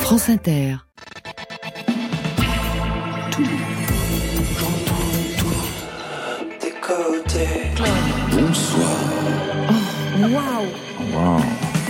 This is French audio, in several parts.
France Inter. Bonsoir. Oh, waouh.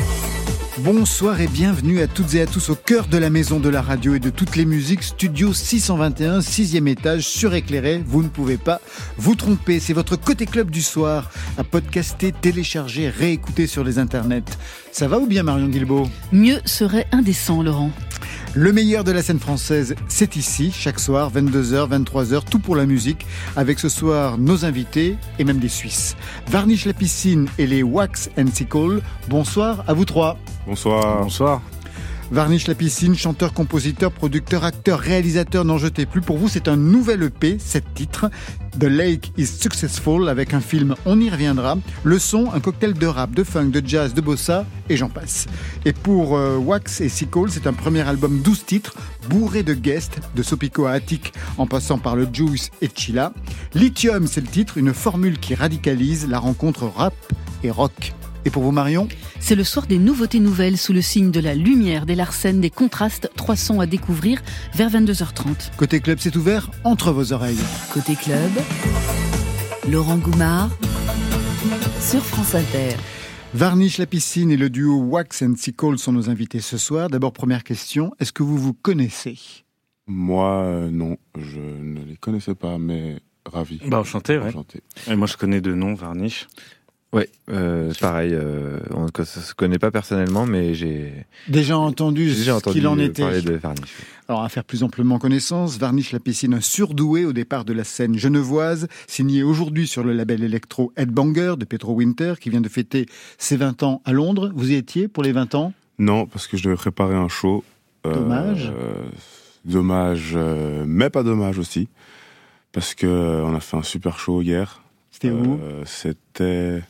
Bonsoir et bienvenue à toutes et à tous au cœur de la maison de la radio et de toutes les musiques, studio 621, 6e étage, suréclairé. Vous ne pouvez pas vous tromper. C'est votre côté club du soir à podcaster, télécharger, réécouter sur les internets. Ça va ou bien, Marion Guilbault ? Mieux serait indécent, Laurent. Le meilleur de la scène française, c'est ici, chaque soir, 22h, 23h, tout pour la musique, avec ce soir nos invités et même des Suisses. Varnish la piscine et les Wax and Sickle, bonsoir à vous trois. Bonsoir. Bonsoir. Varnish la piscine, chanteur, compositeur, producteur, acteur, réalisateur, n'en jetez plus. Pour vous, c'est un nouvel EP, 7 titres. The Lake is Successful, avec un film, on y reviendra. Le son, un cocktail de rap, de funk, de jazz, de bossa, et j'en passe. Et pour Wax et Sickle, c'est un premier album 12 titres, bourré de guests, de Sopico à Attic, en passant par le Juice et Chilla. Lithium, c'est le titre, une formule qui radicalise la rencontre rap et rock. Et pour vous, Marion ? C'est le soir des nouveautés nouvelles sous le signe de la lumière, des Larsen, des contrastes, 3 sons à découvrir vers 22h30. Côté club, c'est ouvert entre vos oreilles. Côté club, Laurent Goumard sur France Inter. Varnish la piscine et le duo Wax and Sickle sont nos invités ce soir. D'abord, première question, est-ce que vous vous connaissez ? Moi, non, je ne les connaissais pas, mais ravi. Enchanté, ouais. Enchanté. Et moi, je connais de nom, Varnish. Ouais, pareil, on ne se connaît pas personnellement, mais j'ai déjà entendu ce qu'il en était. Parler de Varnish. Alors, à faire plus amplement connaissance, Varnish la piscine, un surdoué au départ de la scène genevoise, signé aujourd'hui sur le label électro Headbanger de Pedro Winter, qui vient de fêter ses 20 ans à Londres. Vous y étiez pour les 20 ans ? Non, parce que je devais préparer un show. Dommage. Dommage, mais pas dommage aussi, parce que on a fait un super show hier. C'était où ? C'était...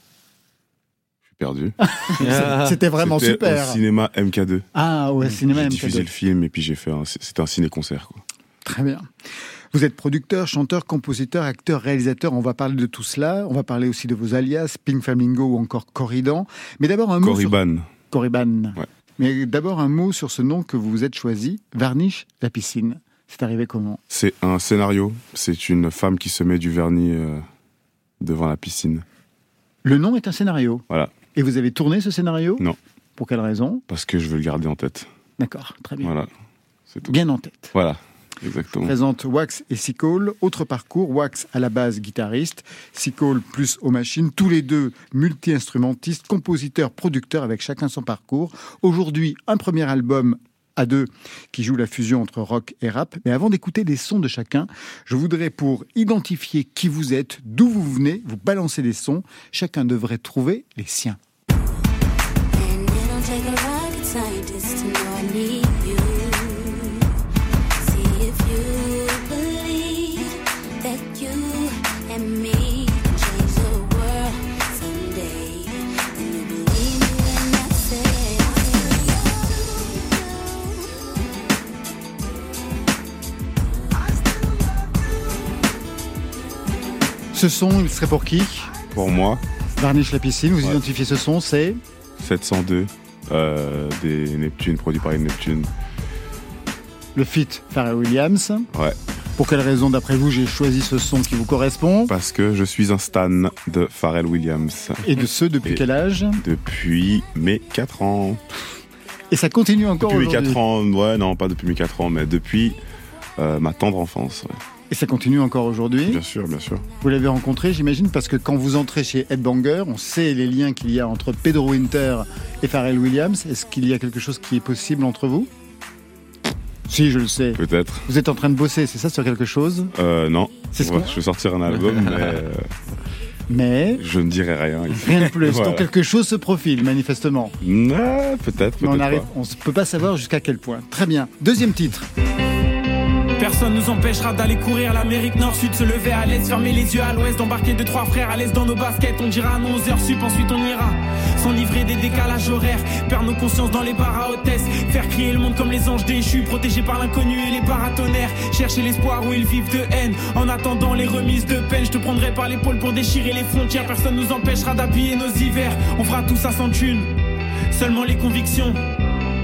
perdu. C'était vraiment super. Au cinéma MK2. Ah ouais, cinéma MK2. J'ai diffusé le film et puis c'était un ciné-concert, quoi. Très bien. Vous êtes producteur, chanteur, compositeur, acteur, réalisateur. On va parler de tout cela. On va parler aussi de vos alias, Pink Flamingo ou encore Corridan. Mais d'abord un mot Corriban. Corriban. Ouais. Mais d'abord un mot sur ce nom que vous vous êtes choisi, Varnish la piscine. C'est arrivé comment ? C'est un scénario. C'est une femme qui se met du vernis devant la piscine. Le nom est un scénario. Voilà. Et vous avez tourné ce scénario ? Non. Pour quelle raison ? Parce que je veux le garder en tête. D'accord, très bien. Voilà, c'est tout. Bien en tête. Voilà, exactement. Je présente Wax et Sickle. Autre parcours, Wax à la base guitariste, Sickle plus aux machines, tous les deux multi-instrumentistes, compositeurs, producteurs avec chacun son parcours. Aujourd'hui, un premier album à deux qui joue la fusion entre rock et rap. Mais avant d'écouter les sons de chacun, je voudrais, pour identifier qui vous êtes, d'où vous venez, vous balancer des sons. Chacun devrait trouver les siens. Ce son, il serait pour qui ? Pour moi. Varnish la piscine, vous identifiez ce son, c'est 702, des Neptunes, produit par les Neptunes. Le feat Pharrell Williams. Ouais. Pour quelle raison, d'après vous, j'ai choisi ce son qui vous correspond ? Parce que je suis un stan de Pharrell Williams. Et de ce, depuis quel âge ? Depuis mes 4 ans. Et ça continue encore depuis aujourd'hui ? Depuis mes 4 ans, ouais, non, pas depuis mes 4 ans, mais depuis ma tendre enfance, ouais. Et ça continue encore aujourd'hui ? Bien sûr, bien sûr. Vous l'avez rencontré, j'imagine, parce que quand vous entrez chez Headbanger, on sait les liens qu'il y a entre Pedro Winter et Pharrell Williams. Est-ce qu'il y a quelque chose qui est possible entre vous ? Si, je le sais. Peut-être. Vous êtes en train de bosser, c'est ça, sur quelque chose ? Non. C'est ce je vais sortir un album, mais... je ne dirai rien. Ici. Rien de plus. Voilà. Donc quelque chose se profile, manifestement. Peut-être mais pas. On ne peut pas savoir jusqu'à quel point. Très bien. Deuxième titre. Personne nous empêchera d'aller courir l'Amérique Nord-Sud, se lever à l'Est, fermer les yeux à l'Ouest, d'embarquer 2-3 frères à l'Est dans nos baskets. On dira à nos 11h sup, ensuite on ira s'enivrer des décalages horaires, perdre nos consciences dans les bars à hôtesse, faire crier le monde comme les anges déchus, protégés par l'inconnu et les paratonnerres, chercher l'espoir où ils vivent de haine, en attendant les remises de peine. Je te prendrai par l'épaule pour déchirer les frontières, personne nous empêchera d'appuyer nos hivers. On fera tout ça sans thune, seulement les convictions.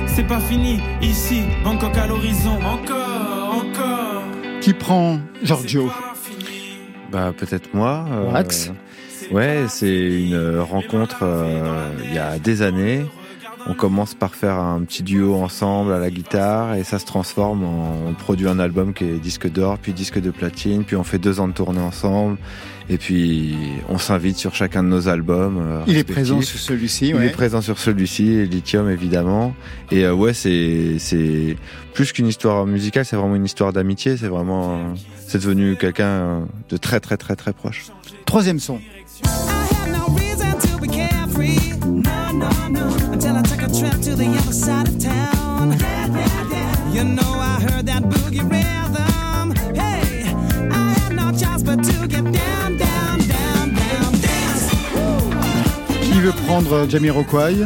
c'est pas fini. Ici, Bangkok à l'horizon. Encore. Qui prend Giorgio? Bah peut-être moi. Wax. Ouais, c'est une rencontre il y a des années. On commence par faire un petit duo ensemble à la guitare et ça se transforme on produit un album qui est disque d'or, puis disque de platine, puis on fait 2 ans de tournée ensemble et puis on s'invite sur chacun de nos albums. Il est présent sur celui-ci, ouais. Il est présent sur celui-ci, et Lithium évidemment. Et ouais, c'est plus qu'une histoire musicale, c'est vraiment une histoire d'amitié, c'est devenu quelqu'un de très très très très proche. Troisième son. Until I took a trip to the other side of town. You know I heard that boogie rhythm. Hey, I had no chance but to get down, down, down, down, dance. Qui veut prendre Jamiroquai?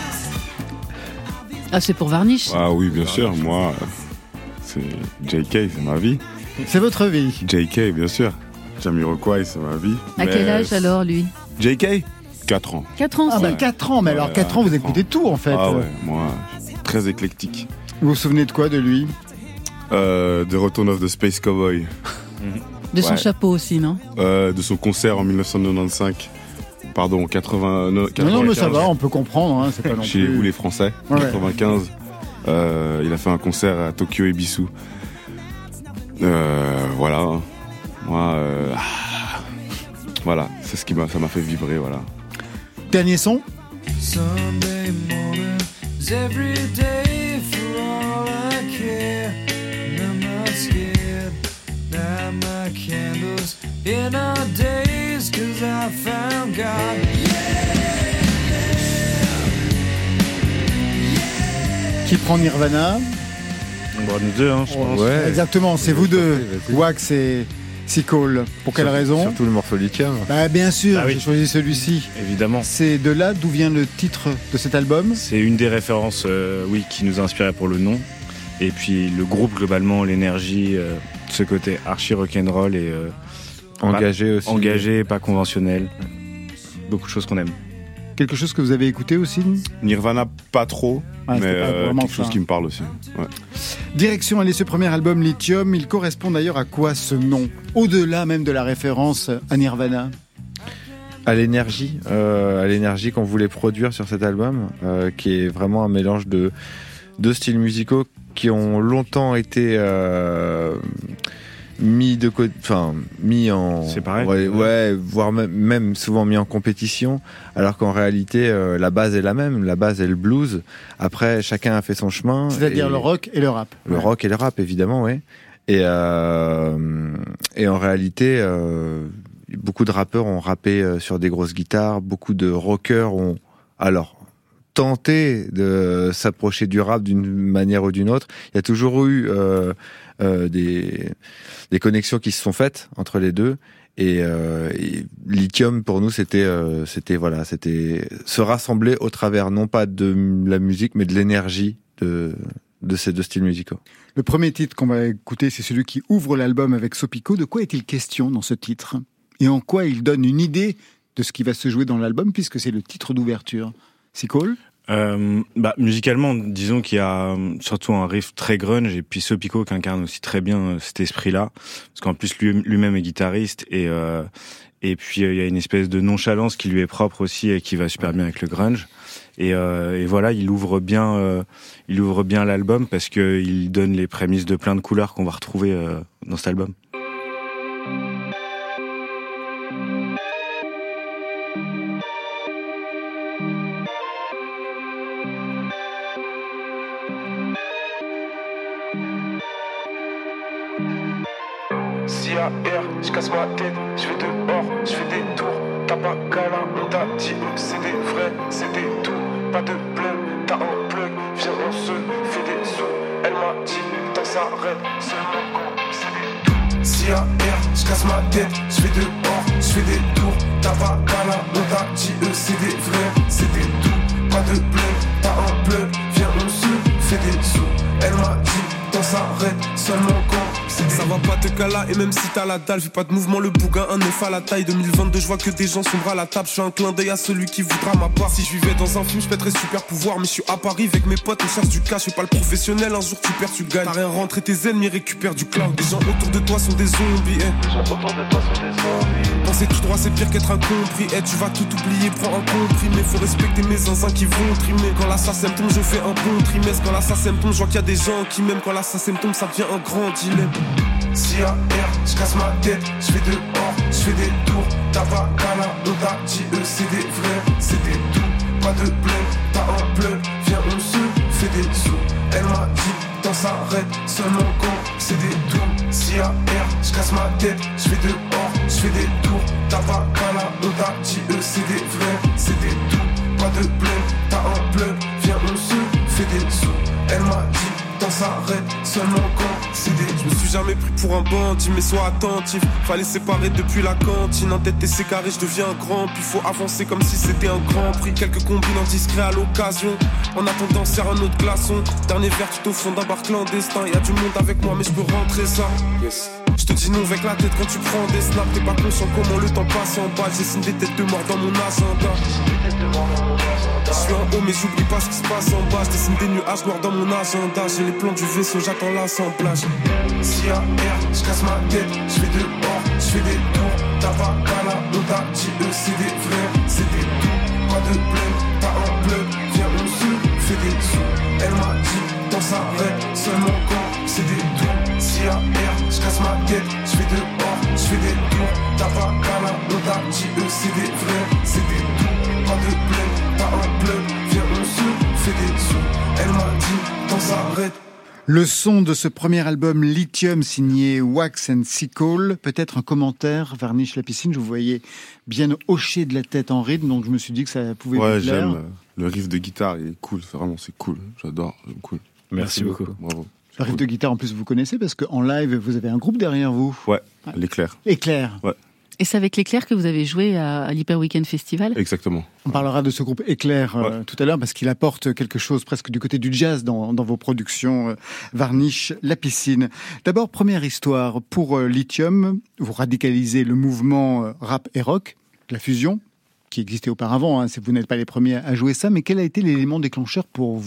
Ah, c'est pour Varnish? Ah oui, bien sûr, moi, c'est JK, c'est ma vie. C'est votre vie? JK, bien sûr. Jamiroquai, c'est ma vie. À quel âge alors, lui? JK 4 ans. 4 ans, Ah bah 4 ans, mais alors 4 ans vous écoutez tout en fait. Ah ouais, moi, très éclectique. Vous vous souvenez de quoi de lui? The Return of the Space Cowboy. De son chapeau aussi, non? De son concert en 1995. Pardon, 80. Non, mais ça va, on peut comprendre, hein, c'est pas non Chez plus... vous les Français, ouais. 95. Il a fait un concert à Tokyo Ebisu. Voilà. Moi, voilà, c'est ça m'a fait vibrer, voilà. Dernier son. Sunday morning is every day for all I care. And I'm not scared. Light my candles in our days, 'cause I found God. Qui prend Nirvana? Bon, nous deux, hein, je pense. Ouais. Exactement, c'est vous deux, Wax et Seacole. Pour quelle raison? Surtout le morceau Lithium. Bah bien sûr, Ah oui. j'ai choisi celui-ci. Évidemment. C'est de là d'où vient le titre de cet album? C'est une des références, oui, qui nous a inspiré pour le nom. Et puis le groupe globalement, l'énergie, ce côté archi rock'n'roll et Engagé aussi. engagé, pas conventionnel. Beaucoup de choses qu'on aime. Quelque chose que vous avez écouté aussi? Nirvana, pas trop, Ouais, mais c'était pas vraiment quelque chose ça. qui me parle aussi. Ouais. Direction, allez, ce premier album Lithium, il correspond d'ailleurs à quoi ce nom? Au-delà même de la référence à Nirvana. À l'énergie qu'on voulait produire sur cet album, qui est vraiment un mélange de deux styles musicaux qui ont longtemps été mis en Séparés. ouais, voire même souvent mis en compétition, alors qu'en réalité la base est la même, la base est le blues. Après, chacun a fait son chemin. C'est-à-dire le rock et le rap. Le rock et le rap, évidemment, oui. Et en réalité, beaucoup de rappeurs ont rappé sur des grosses guitares, beaucoup de rockers ont tenté de s'approcher du rap d'une manière ou d'une autre. Il y a toujours eu des connexions qui se sont faites entre les deux. Et Lithium, pour nous, c'était se rassembler au travers non pas de la musique, mais de l'énergie de ces deux styles musicaux. Le premier titre qu'on va écouter, c'est celui qui ouvre l'album avec Sopico. De quoi est-il question dans ce titre? Et en quoi il donne une idée de ce qui va se jouer dans l'album, puisque c'est le titre d'ouverture? Seacole? Musicalement, disons qu'il y a surtout un riff très grunge, et puis Sopico qui incarne aussi très bien cet esprit-là, parce qu'en plus lui-même est guitariste, et puis il y a une espèce de nonchalance qui lui est propre aussi et qui va super bien avec le grunge. Et voilà, il ouvre bien l'album parce que il donne les prémices de plein de couleurs qu'on va retrouver dans cet album. Je casse ma tête, je vais dehors, je fais des tours. T'as pas câlin, on t'a dit c'est des vrais, c'est des tout. Pas de plug, t'as un plug, viens on se fait des sous. Elle m'a dit tant que ça arrête, seulement quand c'est des tout. CAR, je casse ma tête, je vais dehors, je fais des tours. T'as pas câlin, on t'a dit c'est des vrais, c'est des tout. Pas de plug, t'as un plug, viens on se fait des sous. Elle m'a dit temps s'arrête seulement quand ça va pas te cala et même si t'as la dalle, fais pas de mouvement, le bougain, un œuf à la taille. 2022, je vois que des gens sombres à la table. Je fais un clin d'œil à celui qui voudra ma part. Si je vivais dans un film, je pèterais super pouvoir. Mais je suis à Paris avec mes potes, on cherche du cash. Je suis pas le professionnel, un jour tu perds, tu gagnes. T'as rien rentré, tes ennemis récupèrent du cloud. Les gens autour de toi sont des zombies. Les gens autour de toi sont des zombies. Penser tout droit, c'est pire qu'être incompris. Tu vas tout oublier, prends un comprimé. Faut respecter mes zinzins qui vont trimer. Quand l'assassin tombe, je fais un bon trimestre. Quand l'assassin tombe, je vois qu'il y a des gens qui m'aiment. Quand l'assassin tombe, ça devient un grand dilemme. Si à R, je casse ma tête, je vais dehors, je fais des tours. T'as pas cala, on t'a dit c'est des vrais, c'est des doux. Pas de blé, t'as un bleu, viens on se fait des sous. Elle m'a dit, temps s'arrête seulement quand c'est des tours. Si à R, je casse ma tête, je vais dehors, je fais des tours. T'as pas cala, on t'a dit c'est des vrais, c'est des doux. Pas de blé, t'as un bleu, viens on se fait des sous. Elle m'a dit, temps s'arrête seulement quand c'est des... Je me suis jamais pris pour un bandit, mais sois attentif. Fallait séparer depuis la cantine. En tête et c'est carré, je deviens grand. Puis faut avancer comme si c'était un grand prix. Quelques combines en discret à l'occasion. En attendant, serre un autre glaçon. Dernier verre tout au fond d'un bar clandestin. Y'a du monde avec moi, mais je peux rentrer ça. Yes. Je te dis non avec la tête quand tu prends des snaps. T'es pas conscient comment le temps passe en bas. J'ai signé des têtes de mort dans mon agenda. Je suis en haut mais j'oublie pas ce qui se passe en bas. Je dessine des nuages noirs dans mon agenda. J'ai les plans du vaisseau, j'attends l'assemblage. Si à R, je casse ma tête, je vais dehors, je fais des tours. T'as pas cala, on t'a dit c'est des vrais, c'est des doux. Pas de blé, t'as un bleu, viens on se fait des sous. Elle m'a dit, temps s'arrête seulement quand c'est des tours. Si à R, je casse ma tête, je vais dehors, je fais des tours. T'as pas cala, on t'a dit c'est des vrais, c'est des doux. Pas de blé, t'as un bleu, viens on se fait des sous. Elle m'a dit, temps s'arrête. Le son de ce premier album Lithium signé Wax and Sickle, peut-être un commentaire, Varnish la piscine, je vous voyais bien hocher de la tête en rythme, donc je me suis dit que ça pouvait vous plaire. Ouais, j'aime, le riff de guitare, il est cool, c'est cool, j'adore, j'aime cool. Merci beaucoup. Bravo. Le riff de guitare, en plus, vous connaissez, parce qu'en live, vous avez un groupe derrière vous. Ouais, l'Éclair. Éclair. Ouais. Et c'est avec l'Éclair que vous avez joué à l'Hyper Weekend Festival ? Exactement. On parlera de ce groupe Éclair tout à l'heure parce qu'il apporte quelque chose presque du côté du jazz dans vos productions, Varnish la piscine. D'abord, première histoire. Pour Lithium, vous radicalisez le mouvement rap et rock, la fusion, qui existait auparavant. Vous n'êtes pas les premiers à jouer ça, mais quel a été l'élément déclencheur pour vous ?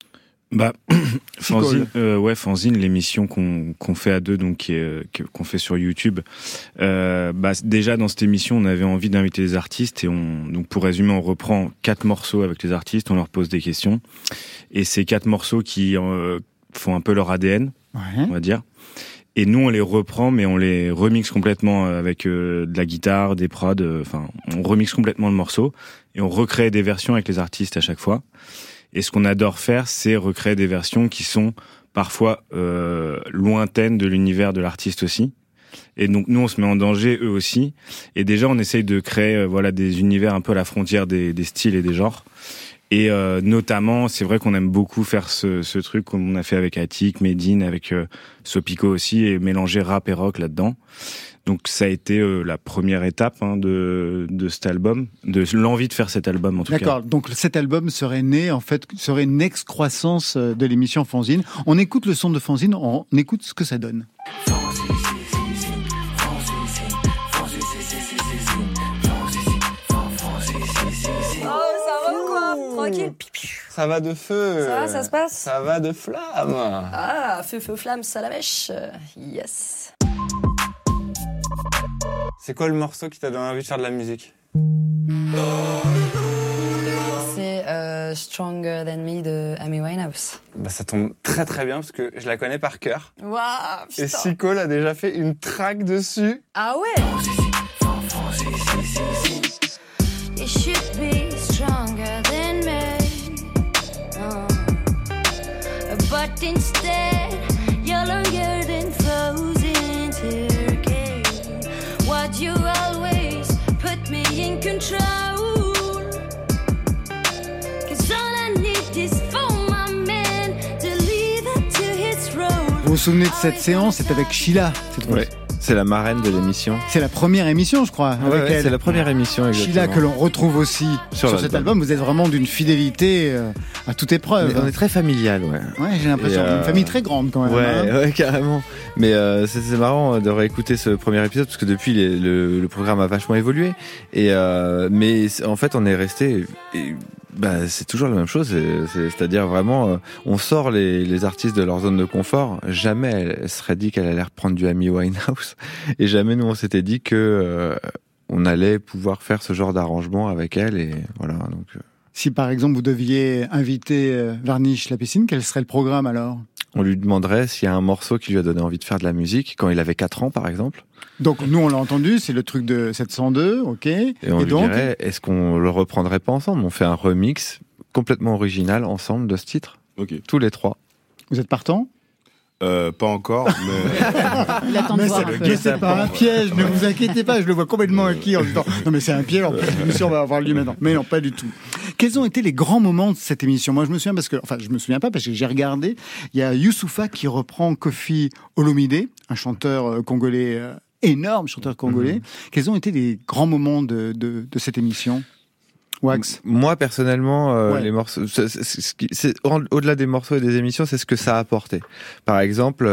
Fanzine, l'émission qu'on fait à deux, donc qu'on fait sur YouTube. Déjà dans cette émission, on avait envie d'inviter des artistes et donc pour résumer, on reprend 4 morceaux avec les artistes, on leur pose des questions et ces 4 morceaux qui font un peu leur ADN, on va dire. Et nous, on les reprend, mais on les remixe complètement avec de la guitare, des prods. On remixe complètement le morceau et on recrée des versions avec les artistes à chaque fois. Et ce qu'on adore faire, c'est recréer des versions qui sont parfois lointaines de l'univers de l'artiste aussi. Et donc nous, on se met en danger, eux aussi. Et déjà, on essaye de créer des univers un peu à la frontière des styles et des genres. Et notamment, c'est vrai qu'on aime beaucoup faire ce truc comme on a fait avec Attic, Medine, avec Sopico aussi, et mélanger rap et rock là-dedans. Donc ça a été la première étape de cet album, de l'envie de faire cet album en tout cas. D'accord, donc cet album serait une excroissance de l'émission Fanzine. On écoute le son de Fanzine, on écoute ce que ça donne. Tranquille. Ça va de feu. Ça va, ça se passe. Ça va de flamme. Ah, feu, flamme, ça la mèche. Yes. C'est quoi le morceau qui t'a donné envie de faire de la musique ? C'est Stronger Than Me de Amy Winehouse. Ça tombe très très bien parce que je la connais par cœur. Waouh, putain. Et Sickle a déjà fait une track dessus. Ah ouais. You should be stronger than me. But instead, you're longer than frozen turkey. Why'd you always put me in control? 'Cause all I need is for my man to leave it to his role. Vous vous souvenez de cette séance ? C'est avec Sheila, cette fois. Ouais. C'est la marraine de l'émission. C'est la première émission, je crois. Ouais, avec elle. c'est la première émission, exactement. Sheila, que l'on retrouve aussi sur cet album. Vous êtes vraiment d'une fidélité à toute épreuve. On est très familial, ouais. Ouais, j'ai l'impression. Une famille très grande, quand même. Ouais, carrément. Mais c'est marrant de réécouter ce premier épisode, parce que depuis, le programme a vachement évolué. Mais en fait, on est resté... c'est toujours la même chose, c'est-à-dire vraiment, on sort les artistes de leur zone de confort. Jamais elle serait dit qu'elle allait reprendre du Amy Winehouse, et jamais nous on s'était dit que on allait pouvoir faire ce genre d'arrangement avec elle, et voilà. Donc, si par exemple vous deviez inviter Varnish La Piscine, quel serait le programme alors ? On lui demanderait s'il y a un morceau qui lui a donné envie de faire de la musique quand il avait 4 ans, par exemple. Donc nous on l'a entendu, c'est le truc de 702, ok. Et on lui dirait, est-ce qu'on le reprendrait pas ensemble ? On fait un remix complètement original ensemble de ce titre, tous les 3. Vous êtes partant ? Pas encore, mais... Il attend de voir un peu. C'est pas un piège, ne vous inquiétez pas, je le vois complètement acquis en disant non mais c'est un piège, en plus l'émission va avoir lieu maintenant. Mais non, pas du tout. Quels ont été les grands moments de cette émission ? Moi je me souviens je me souviens pas parce que j'ai regardé, il y a Youssoupha qui reprend Koffi Olomide, un chanteur congolais énorme, chanteur congolais. Quels ont été les grands moments de cette émission ? Wax. Moi personnellement, les morceaux, c'est au-delà des morceaux et des émissions, c'est ce que ça a apporté. Par exemple,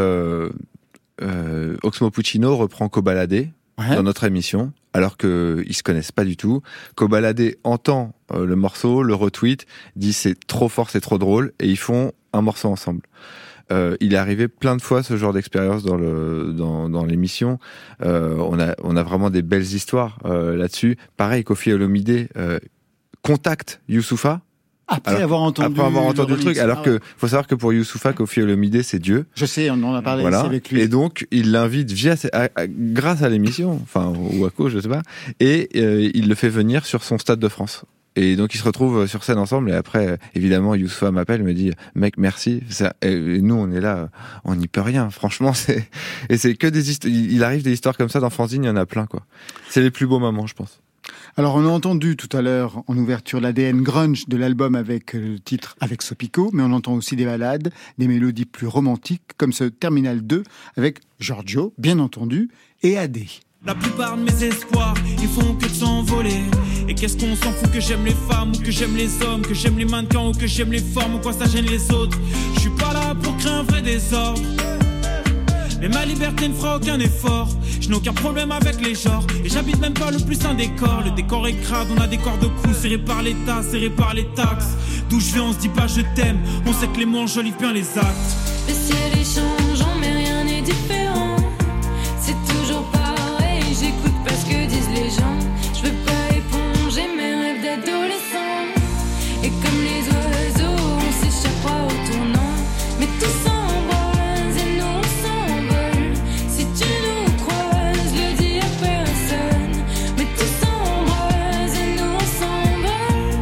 Oxmo Puccino reprend Kobalade dans notre émission, alors qu'ils se connaissent pas du tout. Kobalade entend le morceau, le retweet, dit c'est trop fort, c'est trop drôle, et ils font un morceau ensemble. Il est arrivé plein de fois ce genre d'expérience dans l'émission. On a vraiment des belles histoires là-dessus. Pareil, Koffi Olomide contacte Youssoupha après avoir entendu le truc. Alors que faut savoir que pour Youssoupha, Koffi Olomide c'est Dieu. Je sais, on en a parlé ici avec lui. Et donc il l'invite grâce à l'émission, enfin ou à cause, je sais pas, et il le fait venir sur son Stade de France. Et donc ils se retrouvent sur scène ensemble, et après évidemment Youssoupha m'appelle, me dit mec merci, et nous on est là, on n'y peut rien, franchement c'est que des histoires. Il arrive des histoires comme ça dans Fanzine, il y en a plein quoi. C'est les plus beaux moments, je pense. Alors on a entendu tout à l'heure en ouverture l'ADN grunge de l'album avec le titre Avec Sopico, mais on entend aussi des ballades, des mélodies plus romantiques comme ce Terminal 2 avec Giorgio, bien entendu, et AD. La plupart de mes espoirs, ils font que de s'envoler. Et qu'est-ce qu'on s'en fout que j'aime les femmes ou que j'aime les hommes, que j'aime les mannequins ou que j'aime les formes, ou quoi ça gêne les autres. Je suis pas là pour créer un vrai désordre, mais ma liberté ne fera aucun effort. Je n'ai aucun problème avec les genres, et j'habite même pas le plus un décor. Le décor est crade, on a des corps de cou serrés par l'État, serrés par les taxes. D'où je viens on se dit pas je t'aime, on sait que les mots enjolivent bien les actes. Le ciel est changeant mais rien n'est différent. C'est toujours pareil, j'écoute pas ce que disent les gens. Je veux pas éponger mes rêves d'adolescent. Et comme les oiseaux, on s'échappera au tournant. Mais tout s'embrase et nous on s'envole. Si tu nous croises, le dis à personne. Mais tout s'embrase et nous on s'envole.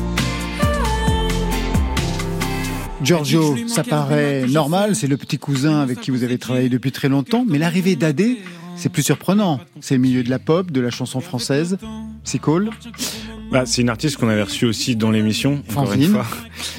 Giorgio, ça paraît normal, c'est le petit cousin avec qui vous avez travaillé depuis très longtemps, mais l'arrivée d'AD, c'est plus surprenant. C'est le milieu de la pop, de la chanson française. C'est cool. C'est une artiste qu'on avait reçue aussi dans l'émission, encore une fois.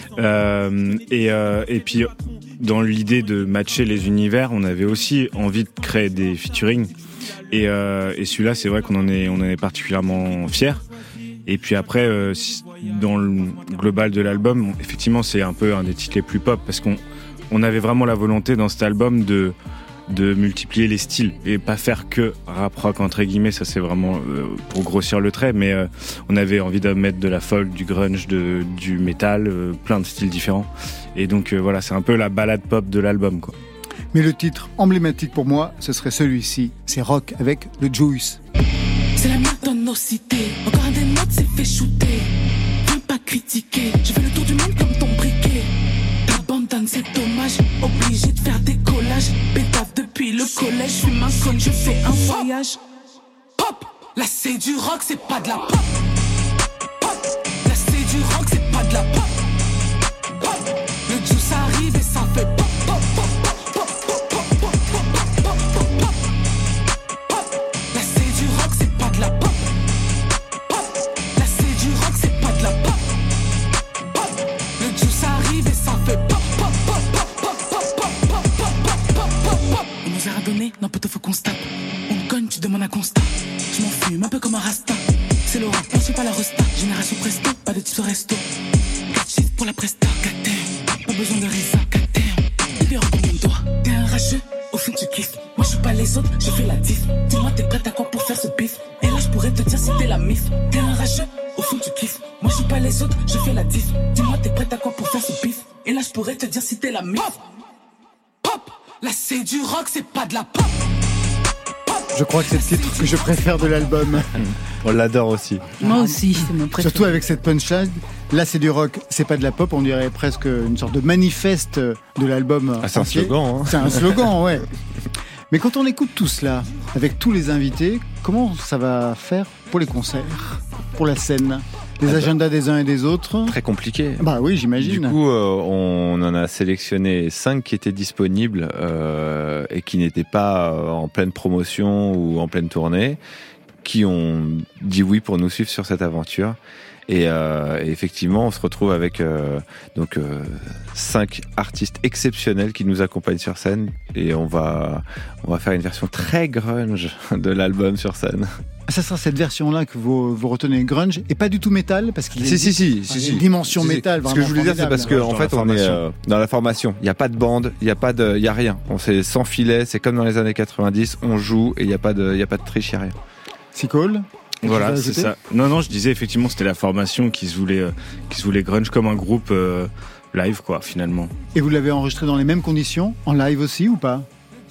Et puis, dans l'idée de matcher les univers, on avait aussi envie de créer des featuring. Et celui-là, c'est vrai qu'on en est particulièrement fiers. Et puis après, dans le global de l'album, effectivement, c'est un peu un des titres les plus pop, parce qu'on avait vraiment la volonté dans cet album de multiplier les styles et pas faire que rap rock entre guillemets. Ça c'est vraiment pour grossir le trait, mais on avait envie de mettre de la folk, du grunge, du métal, plein de styles différents. Et donc voilà, c'est un peu la balade pop de l'album, quoi. Mais le titre emblématique pour moi, ce serait celui-ci. C'est Rock avec le Juice. C'est la merde dans nos cités. Encore un des notes s'est fait shooter. Viens pas critiquer. Je fais le tour du monde comme ton briquet. T'abandonnes, c'est dommage. Obligé de faire des collages. Pétave depuis le collège. Je suis mince comme je fais un voyage. Pop, là c'est du rock, c'est pas de la pop. Pop, là c'est du rock, c'est pas de la pop. Pop, le juice arrive et ça fait pop, pop, pop, pop, pop, pop, pop, pop, pop, pop, pop. Là c'est du rock, c'est pas de la pop. Pop, là c'est du rock, c'est pas de la pop. Pop, le juice arrive et ça fait pop, pop, pop, pop, pop, pop, pop, pop, pop, pop, pop. On nous a donné, non peut-être faut qu'on se tape. t'es prête à quoi pour faire ce bif? Et là je pourrais te dire si t'es la mif. T'es un rageux, au fond tu kiffes. Moi je suis pas les autres, je fais la diff. Dis-moi t'es prête à quoi pour faire ce bif? Et là je pourrais te dire si t'es la mif. Pop, là c'est du rock, c'est pas de la pop. Je crois que c'est le titre que je préfère de l'album. On l'adore aussi. Moi aussi, c'est mon préféré. Surtout avec cette punchline. Là, c'est du rock, c'est pas de la pop. On dirait presque une sorte de manifeste de l'album. Ah, c'est entier. un slogan. Hein. C'est un slogan, ouais. Mais quand on écoute tout cela, avec tous les invités, comment ça va faire pour les concerts, pour la scène, les agendas des uns et des autres? Très compliqué. Bah oui, j'imagine. Du coup, on en a sélectionné 5 qui étaient disponibles et qui n'étaient pas en pleine promotion ou en pleine tournée, qui ont dit oui pour nous suivre sur cette aventure. Et effectivement, on se retrouve avec 5 artistes exceptionnels qui nous accompagnent sur scène. Et on va faire une version très grunge de l'album sur scène. Ça sera cette version-là que vous retenez, grunge, et pas du tout métal, parce qu'il y a une dimension métal. Ce que je voulais dire, c'est parce que en fait, on est dans la formation. Il n'y a pas de bande, il y a rien. On s'est sans filet, c'est comme dans les années 90. On joue et il y a pas de triche, il y a rien. C'est cool. Voilà, c'est ça. Non, je disais effectivement, c'était la formation qui se voulait grunge comme un groupe live, quoi, finalement. Et vous l'avez enregistré dans les mêmes conditions, en live aussi ou pas?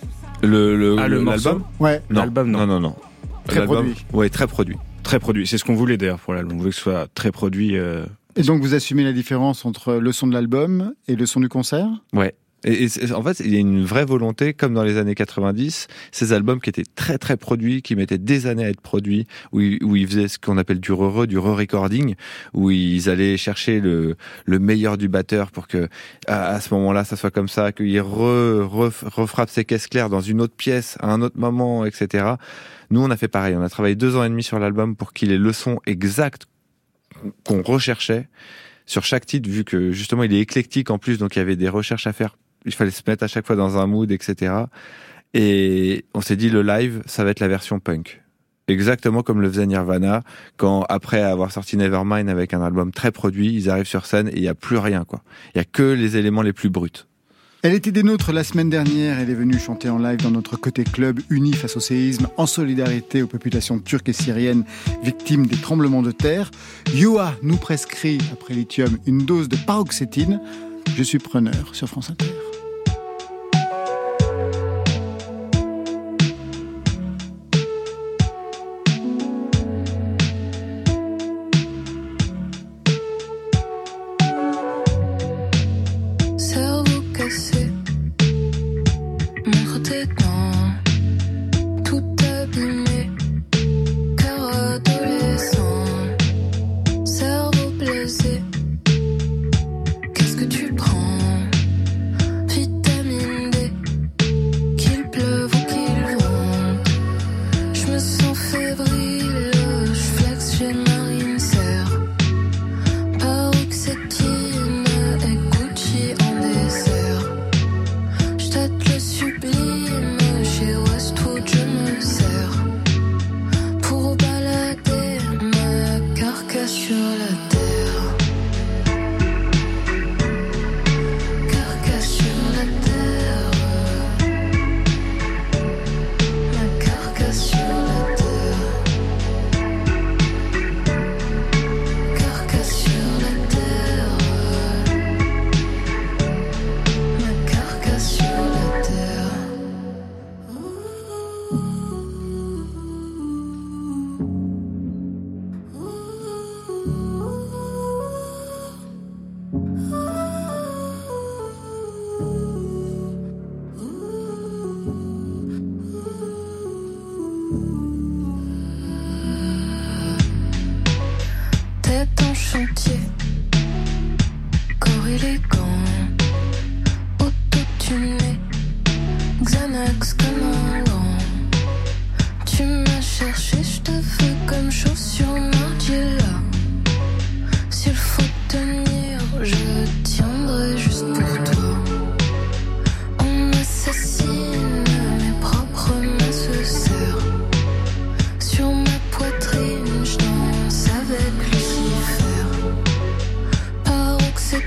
L'album? Ouais. L'album, non. Très produit. Ouais, très produit. Très produit. C'est ce qu'on voulait d'ailleurs pour l'album. On voulait que ce soit très produit. Et donc vous assumez la différence entre le son de l'album et le son du concert? Ouais. Et en fait, il y a une vraie volonté, comme dans les années 90, ces albums qui étaient très très produits, qui mettaient des années à être produits, où ils faisaient ce qu'on appelle du re-recording, où ils allaient chercher le meilleur du batteur pour que à ce moment-là, ça soit comme ça, qu'il refrappe ses caisses claires dans une autre pièce à un autre moment, etc. Nous, on a fait pareil. On a travaillé 2 ans et demi sur l'album pour qu'il ait le son exact qu'on recherchait sur chaque titre, vu que justement il est éclectique en plus, donc il y avait des recherches à faire. Il fallait se mettre à chaque fois dans un mood, etc. Et on s'est dit, le live, ça va être la version punk. Exactement comme le faisait Nirvana, quand après avoir sorti Nevermind avec un album très produit, ils arrivent sur scène et il n'y a plus rien, quoi. Il n'y a que les éléments les plus bruts. Elle était des nôtres la semaine dernière. Elle est venue chanter en live dans notre côté club, unis face au séisme, en solidarité aux populations turques et syriennes victimes des tremblements de terre. Yoa nous prescrit, après Lithium, une dose de paroxétine. Je suis preneur sur France Inter.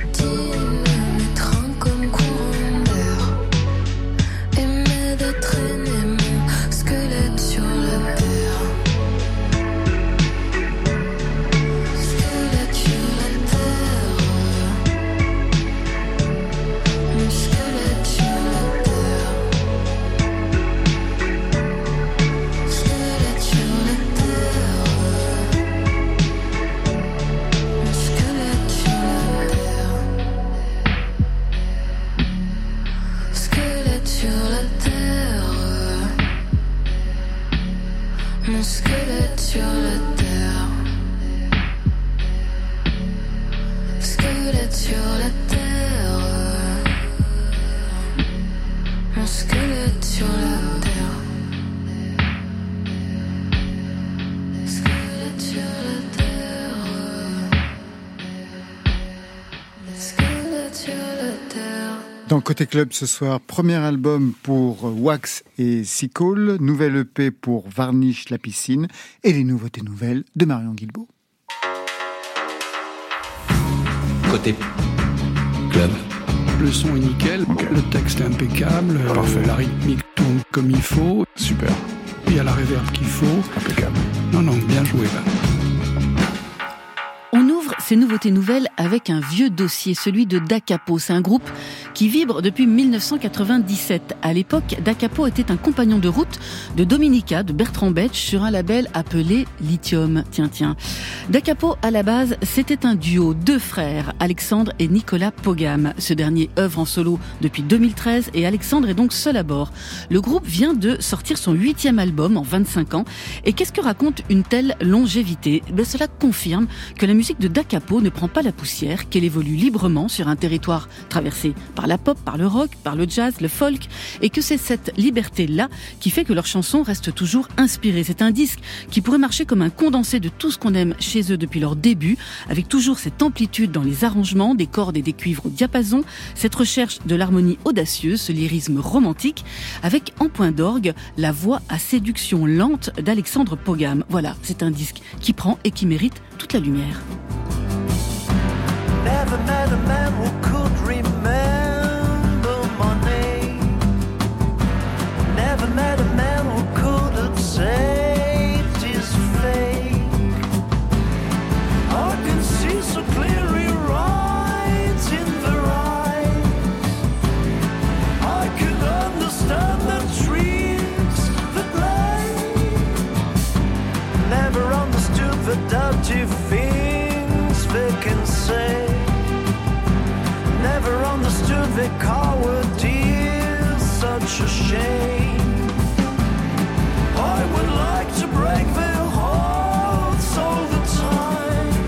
Très sur la terre. Squelette sur la terre. Mon squelette sur la terre. Squelette sur la terre. Squelette sur la terre. Dans Côté Club ce soir, premier album pour Wax et Seacole, nouvelle EP pour Varnish la piscine et les nouveautés nouvelles de Marion Guilbault. Côté Club. Le son est nickel, le texte est impeccable, la rythmique tourne comme il faut. Super. Il y a la reverb qu'il faut. Impeccable. Non, bien joué là. On ouvre ces nouveautés nouvelles avec un vieux dossier, celui de Da Capo. C'est un groupe qui vibre depuis 1997. À l'époque, Da Capo était un compagnon de route de Dominica, de Bertrand Betch, sur un label appelé Lithium. Tiens. Da Capo, à la base, c'était un duo, deux frères, Alexandre et Nicolas Pogam. Ce dernier œuvre en solo depuis 2013 et Alexandre est donc seul à bord. Le groupe vient de sortir son 8e album en 25 ans. Et qu'est-ce que raconte une telle longévité ? Cela confirme que la musique de Da Capo ne prend pas la poussière, qu'elle évolue librement sur un territoire traversé par la pop, par le rock, par le jazz, le folk, et que c'est cette liberté-là qui fait que leurs chansons restent toujours inspirées. C'est un disque qui pourrait marcher comme un condensé de tout ce qu'on aime chez eux depuis leur début, avec toujours cette amplitude dans les arrangements, des cordes et des cuivres au diapason, cette recherche de l'harmonie audacieuse, ce lyrisme romantique, avec en point d'orgue la voix à séduction lente d'Alexandre Pogam. Voilà, c'est un disque qui prend et qui mérite toute la lumière. Never met a man who could remember my name. Never met a man who could have saved his fate. I can see so clearly right in their eyes. I can understand the tricks that play. Never understood the dirty things they can say. Never understood the cowardice, such a shame. I would like to break their hearts all the time.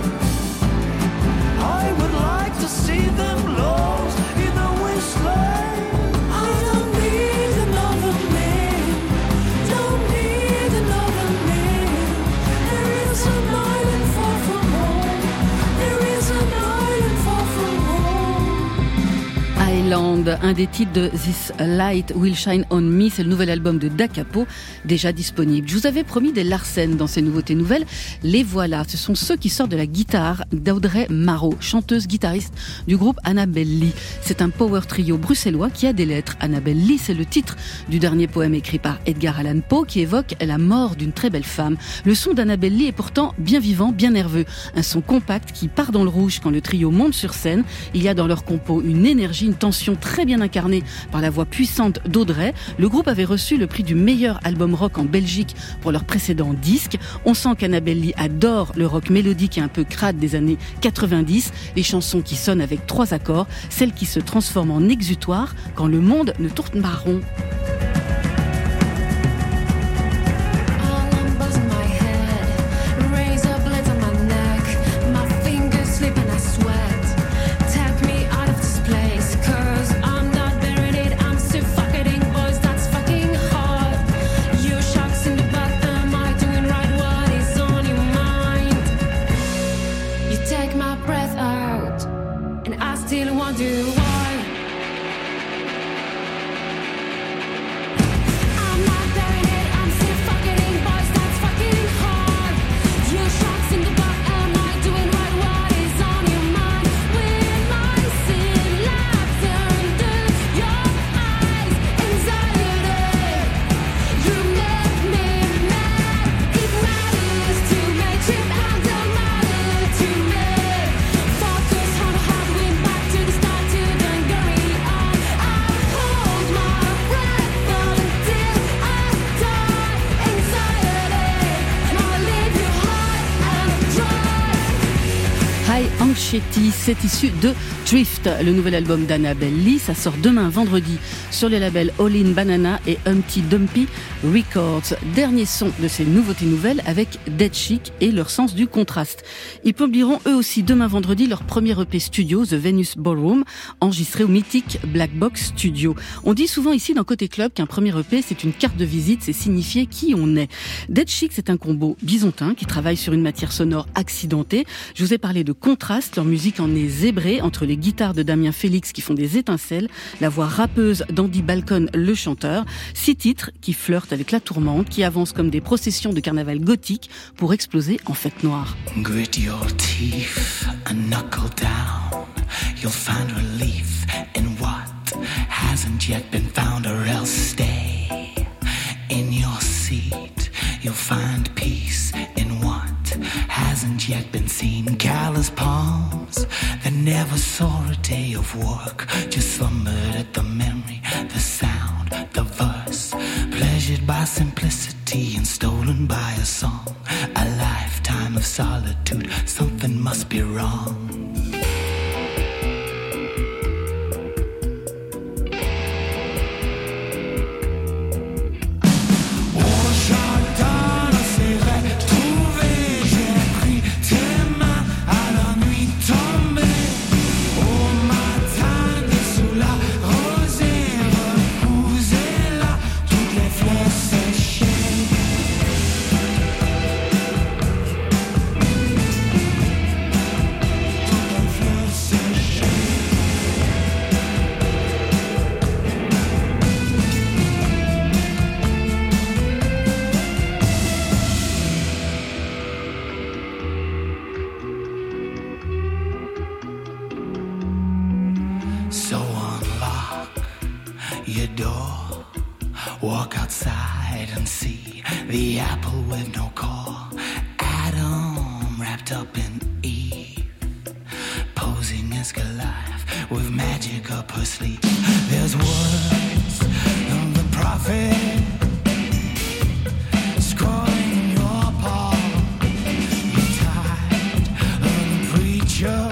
I would like to see them lost in a wasteland. I don't need another man, don't need another man. There is an island far from home. There is an island far from home. Island, un des titres de This Light Will Shine On Me, c'est le nouvel album de Da Capo, déjà disponible. Je vous avais promis des Larsen dans ces nouveautés nouvelles, les voilà, ce sont ceux qui sortent de la guitare d'Audrey Marot, chanteuse-guitariste du groupe Annabelle Lee. C'est un power trio bruxellois qui a des lettres. Annabelle Lee, c'est le titre du dernier poème écrit par Edgar Allan Poe qui évoque la mort d'une très belle femme. Le son d'Annabelle Lee est pourtant bien vivant, bien nerveux. Un son compact qui part dans le rouge quand le trio monte sur scène. Il y a dans leur compo une énergie, une tension très bien incarnée par la voix puissante d'Audrey. Le groupe avait reçu le prix du meilleur album rock en Belgique pour leur précédent disque. On sent qu'Annabelle Lee adore le rock mélodique et un peu crade des années 90, les chansons qui sonnent avec 3 accords, celles qui se transforment en exutoire quand le monde ne tourne pas rond. Muschietti, c'est issu de Drift, le nouvel album d'Annabelle Lee. Ça sort demain vendredi sur les labels All In Banana et Humpty Dumpty Records. Dernier son de ces nouveautés nouvelles avec Dead Chic et leur sens du contraste. Ils publieront eux aussi demain vendredi leur premier EP studio, The Venus Ballroom, enregistré au mythique Black Box Studio. On dit souvent ici dans Côté Club qu'un premier EP c'est une carte de visite, c'est signifier qui on est. Dead Chic, c'est un combo bisontin qui travaille sur une matière sonore accidentée. Je vous ai parlé de contraste, leur musique en est zébrée entre les guitares de Damien Félix qui font des étincelles, la voix rappeuse d'Andy Balcon, le chanteur. 6 titres qui flirtent avec la tourmente, qui avancent comme des processions de carnaval gothique pour exploser en fête noire. Grit your teeth and knuckle down. You'll find relief in what hasn't yet been found, or else stay in your seat. You'll find peace in what hasn't yet been seen. Callous palms that never saw a day of work, just slumbered at the memory, the sound, the verse, pleasured by simplicity and stolen by a song. A lifetime of solitude, something must be wrong. So unlock your door, walk outside and see the apple with no core. Adam wrapped up in Eve, posing as Goliath with magic up her sleeve. There's words of the prophet scrawling your palm. You're tired of the preacher.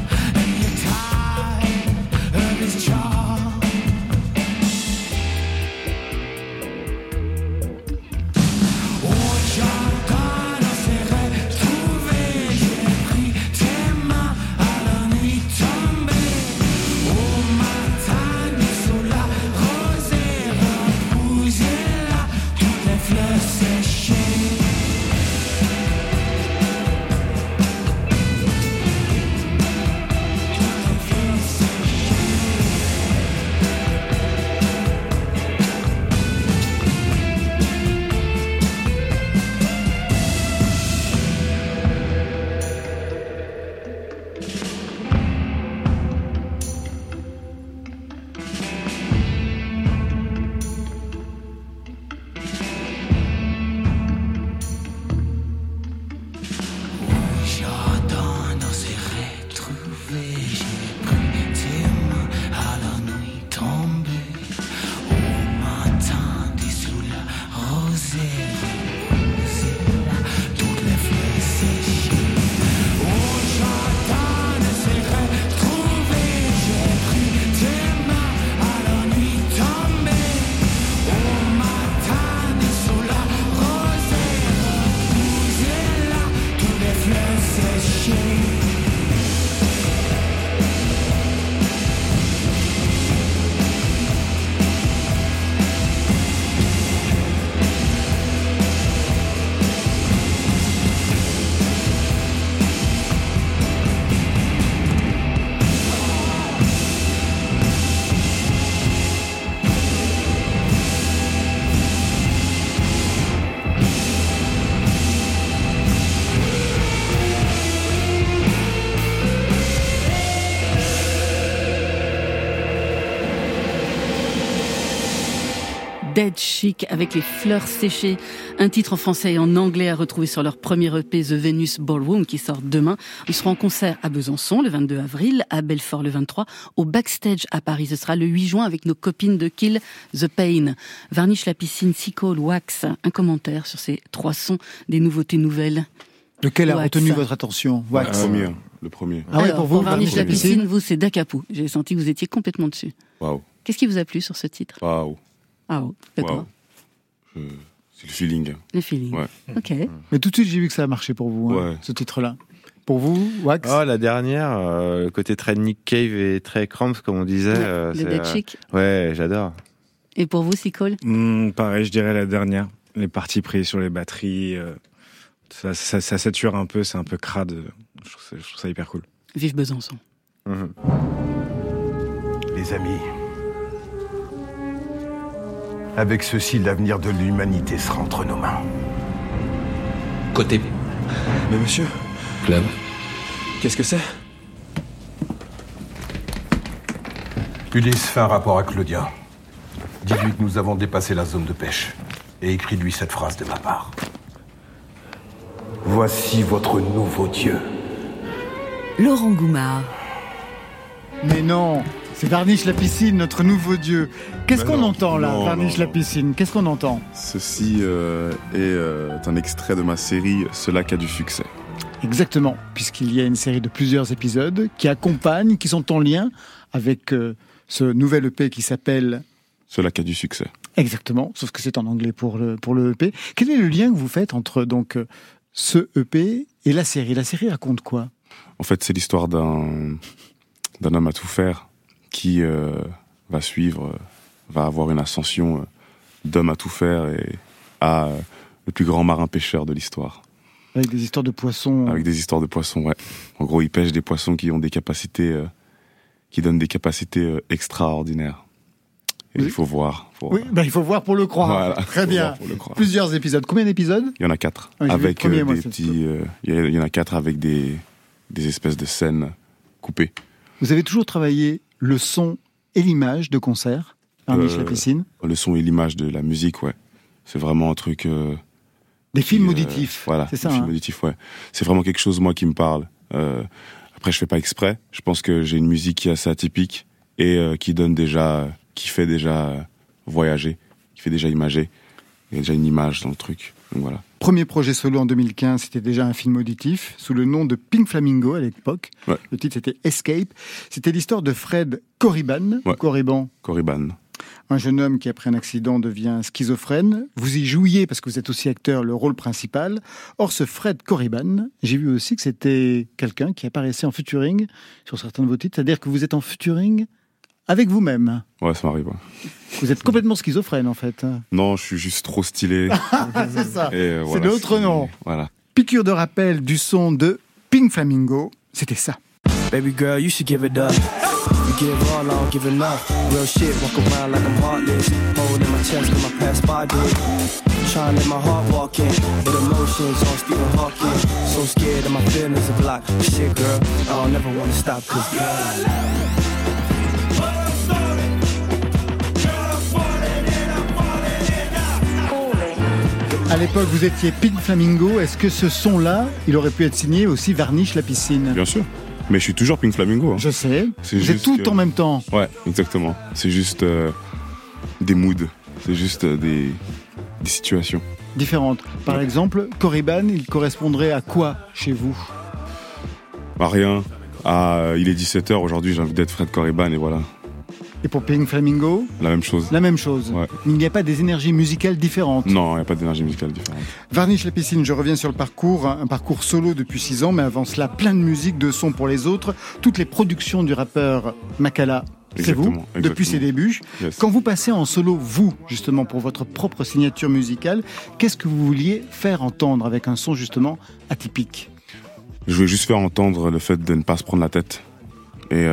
Dead Chic avec les fleurs séchées, un titre en français et en anglais à retrouver sur leur premier EP The Venus Ballroom qui sort demain. Ils seront en concert à Besançon le 22 avril, à Belfort le 23, au Backstage à Paris. Ce sera le 8 juin avec nos copines de Kill the Pain. Varnish la piscine, Sequel, Wax. Un commentaire sur ces 3 sons des nouveautés nouvelles. Lequel a Wax. retenu votre attention? Wax. Le premier. Ah ouais, Alors, pour vous, Varnish la Varnish piscine, vous, c'est Dacapo. J'ai senti que vous étiez complètement dessus. Waouh. Qu'est-ce qui vous a plu sur ce titre? Waouh. Waouh, d'accord. C'est le feeling. Le feeling. Ouais. Ok. Mais tout de suite, j'ai vu que ça a marché pour vous, hein, Ouais. ce titre-là. Pour vous, Wax? Oh, la dernière, le côté très Nick Cave et très Cramps, comme on disait. Le Dead Chic. Ouais, j'adore. Et pour vous, Sicole? Pareil, je dirais la dernière. Les parties prises sur les batteries, ça sature un peu, c'est un peu crade. Je trouve ça hyper cool. Vive Besançon. Les amis, avec ceci, l'avenir de l'humanité sera entre nos mains. Côté Mais monsieur, club. qu'est-ce que c'est? Ulysse fait un rapport à Claudia. Dis-lui que nous avons dépassé la zone de pêche. Et écris-lui cette phrase de ma part. Voici votre nouveau dieu. Laurent Goumard. Mais non, c'est Varnish la piscine, notre nouveau dieu. Qu'est-ce Mais qu'on non, entend là, non, Varnish non, la piscine? Qu'est-ce qu'on entend? Ceci est un extrait de ma série Ce lac a du succès. Exactement, puisqu'il y a une série de plusieurs épisodes qui accompagnent, qui sont en lien avec ce nouvel EP qui s'appelle... Ce lac a du succès. Exactement, sauf que c'est en anglais pour le EP. Quel est le lien que vous faites entre donc ce EP et la série? La série raconte quoi? En fait, c'est l'histoire d'un homme à tout faire qui va avoir une ascension d'homme à tout faire et à le plus grand marin pêcheur de l'histoire. Avec des histoires de poissons. Avec des histoires de poissons, ouais. En gros, il pêche des poissons qui ont des capacités, qui donnent des capacités extraordinaires. Et il faut voir. Oui, il faut voir pour le croire. Voilà, très bien. Plusieurs épisodes. Combien d'épisodes? Il y en a 4. Ah, avec premier, moi, des petits. Il y en a 4 avec des espèces de scènes coupées. Vous avez toujours travaillé le son et l'image de concert, Varnish la piscine? Le son et l'image de la musique, ouais. C'est vraiment un truc. Des films auditifs. Voilà, c'est ça. Des films auditifs, ouais. C'est vraiment quelque chose, moi, qui me parle. Après, je fais pas exprès. Je pense que j'ai une musique qui est assez atypique et qui fait déjà voyager, qui fait déjà imager. Il y a déjà une image dans le truc. Donc voilà. Premier projet solo en 2015, c'était déjà un film auditif, sous le nom de Pink Flamingo à l'époque. Ouais. Le titre c'était Escape. C'était l'histoire de Fred Corriban. Ouais. Corriban. Un jeune homme qui, après un accident, devient schizophrène. Vous y jouiez, parce que vous êtes aussi acteur, le rôle principal. Or, ce Fred Corriban, j'ai vu aussi que c'était quelqu'un qui apparaissait en featuring sur certains de vos titres. C'est-à-dire que vous êtes en featuring avec vous-même. Ouais, ça m'arrive. Ouais. Vous êtes complètement schizophrène, en fait. Non, je suis juste trop stylé. C'est ça. Et, c'est l'autre nom. Voilà. Piqûre de rappel du son de Pink Flamingo, c'était ça. Baby girl, you should give it up. You give all, I don't give enough. Real shit, walk around like I'm heartless. Holding my chest when I pass by, dude. Trying to let my heart walk in. With emotions on Stephen Hawking. So scared of my feelings are blocked. Shit, girl, I don't never wanna stop, cause girl, I love you. À l'époque, vous étiez Pink Flamingo. Est-ce que ce son-là, il aurait pu être signé aussi Varnish la piscine? Bien sûr. Mais je suis toujours Pink Flamingo. Hein. Je sais. C'est vous êtes tout en même temps. Ouais, exactement. C'est juste des moods. C'est juste des situations. Différentes. Par exemple, Corriban, il correspondrait à quoi chez vous? Bah, rien. Il est 17h aujourd'hui, j'ai envie d'être Fred Corriban et voilà. Et pour Pink Flamingo? La même chose. La même chose. Ouais. Mais il n'y a pas des énergies musicales différentes? Non, il n'y a pas d'énergie musicale différente. Varnish la piscine, je reviens sur le parcours. Un parcours solo depuis 6 ans, mais avant cela, plein de musique, de sons pour les autres. Toutes les productions du rappeur Makala, c'est vous, depuis ses débuts. Yes. Quand vous passez en solo, vous, justement, pour votre propre signature musicale, qu'est-ce que vous vouliez faire entendre avec un son, justement, atypique? Je voulais juste faire entendre le fait de ne pas se prendre la tête. Et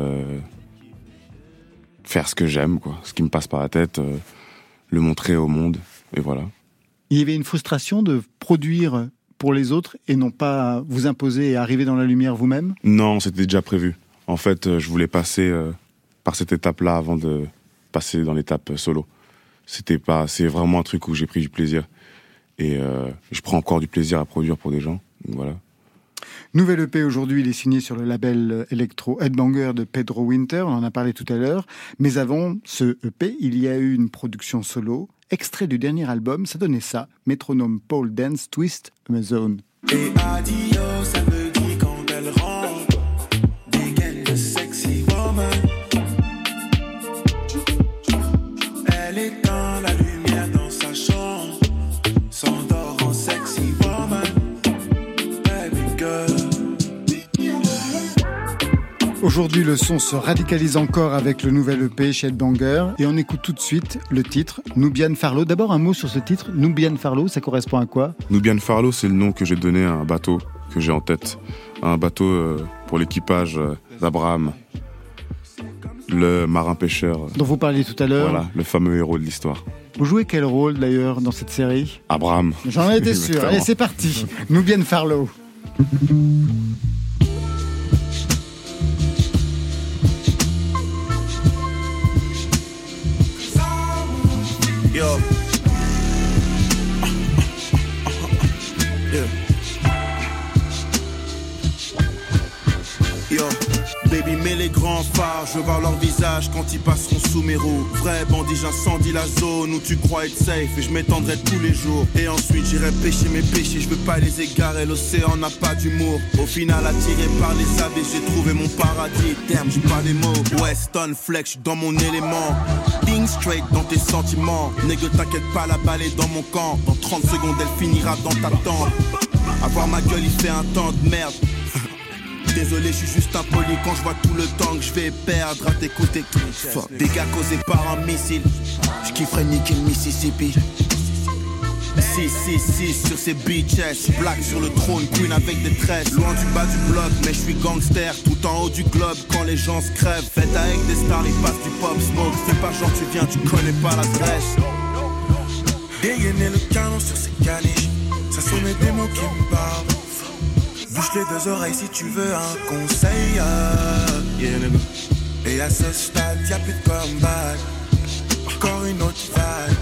faire ce que j'aime, quoi, ce qui me passe par la tête, le montrer au monde, et voilà. Il y avait une frustration de produire pour les autres et non pas vous imposer et arriver dans la lumière vous-même? Non, c'était déjà prévu. En fait, je voulais passer par cette étape-là avant de passer dans l'étape solo. C'est vraiment un truc où j'ai pris du plaisir. Et je prends encore du plaisir à produire pour des gens, donc voilà. Nouvel EP aujourd'hui, il est signé sur le label Electro Headbanger de Pedro Winter, on en a parlé tout à l'heure. Mais avant ce EP, il y a eu une production solo, extrait du dernier album, ça donnait ça, Métronome Pole Dance Twist Amazon. Et adios, ça me dit quand elle rentre. Dégaine de sexy woman. Elle éteint la lumière dans sa chambre. S'endort en sexy woman. Baby girl. Aujourd'hui, le son se radicalise encore avec le nouvel EP chez Headbanger et on écoute tout de suite le titre Nubian Farlow. D'abord un mot sur ce titre, Nubian Farlow, ça correspond à quoi? Nubian Farlow, c'est le nom que j'ai donné à un bateau que j'ai en tête. Un bateau pour l'équipage d'Abraham, le marin-pêcheur. Dont vous parliez tout à l'heure. Voilà, le fameux héros de l'histoire. Vous jouez quel rôle d'ailleurs dans cette série? Abraham. J'en étais sûr. Allez, c'est parti. Nubian Farlow. Yo. Yeah. Yo. Baby, mets les grands phares, je veux voir leur visage quand ils passeront sous mes roues. Vrai bandit, j'incendie la zone où tu crois être safe et je m'étendrai tous les jours. Et ensuite j'irai pêcher mes péchés, je veux pas les égarer, l'océan n'a pas d'humour. Au final, attiré par les abeilles, j'ai trouvé mon paradis. Terme, j'ai pas des mots. Weston Flex, j'suis dans mon élément. Think straight dans tes sentiments. Nègre, t'inquiète pas, la balle est dans mon camp. Dans 30 secondes, elle finira dans ta tente. Avoir ma gueule, il fait un temps de merde. Désolé, je suis juste impoli quand je vois tout le temps que je vais perdre à t'écouter. Dégâts causés par un missile. Je kifferais niquer le Mississippi. 666 sur ces bitches. Black sur le trône, queen avec des tresses. Loin du bas du bloc, mais je suis gangster. Tout en haut du globe quand les gens se crèvent. Faites avec des stars, ils passent du pop smoke. Fais pas genre tu viens, tu connais pas l'adresse. Dégainer le canon sur ces caniches. Ça sont mes démons qui me parlent. Bouche les deux oreilles si tu veux un conseil. Yeah, nigga. Et à ce stade, y'a plus de comeback. Encore une autre vague.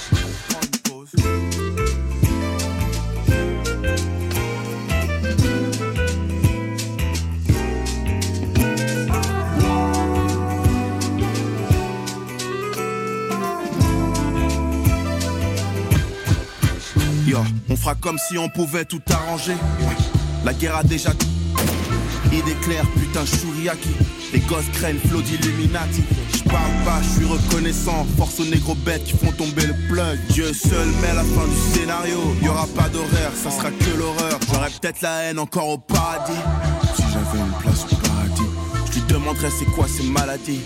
Yo, on fera comme si on pouvait tout arranger. La guerre a déjà idée claire, putain Shuriaki. Les gosses craignent flot d'Illuminati. J'parle pas, j'suis reconnaissant. Force aux négros bêtes qui font tomber le plug. Dieu seul met la fin du scénario. Y'aura pas d'horaire, ça sera que l'horreur. J'aurais peut-être la haine encore au paradis. Si j'avais une place au paradis, je lui demanderais c'est quoi ces maladies.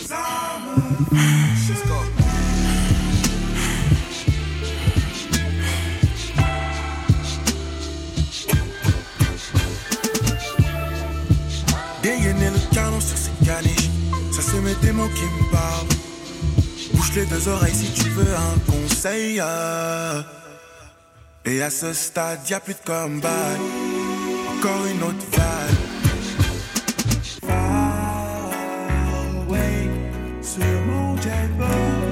Dégainer le canon sur ces caniches. Ça c'est mes démons qui me parlent. Bouche les deux oreilles si tu veux un conseil. Et à ce stade y'a plus de comeback. Encore une autre vague. Far away sur mon jetboat.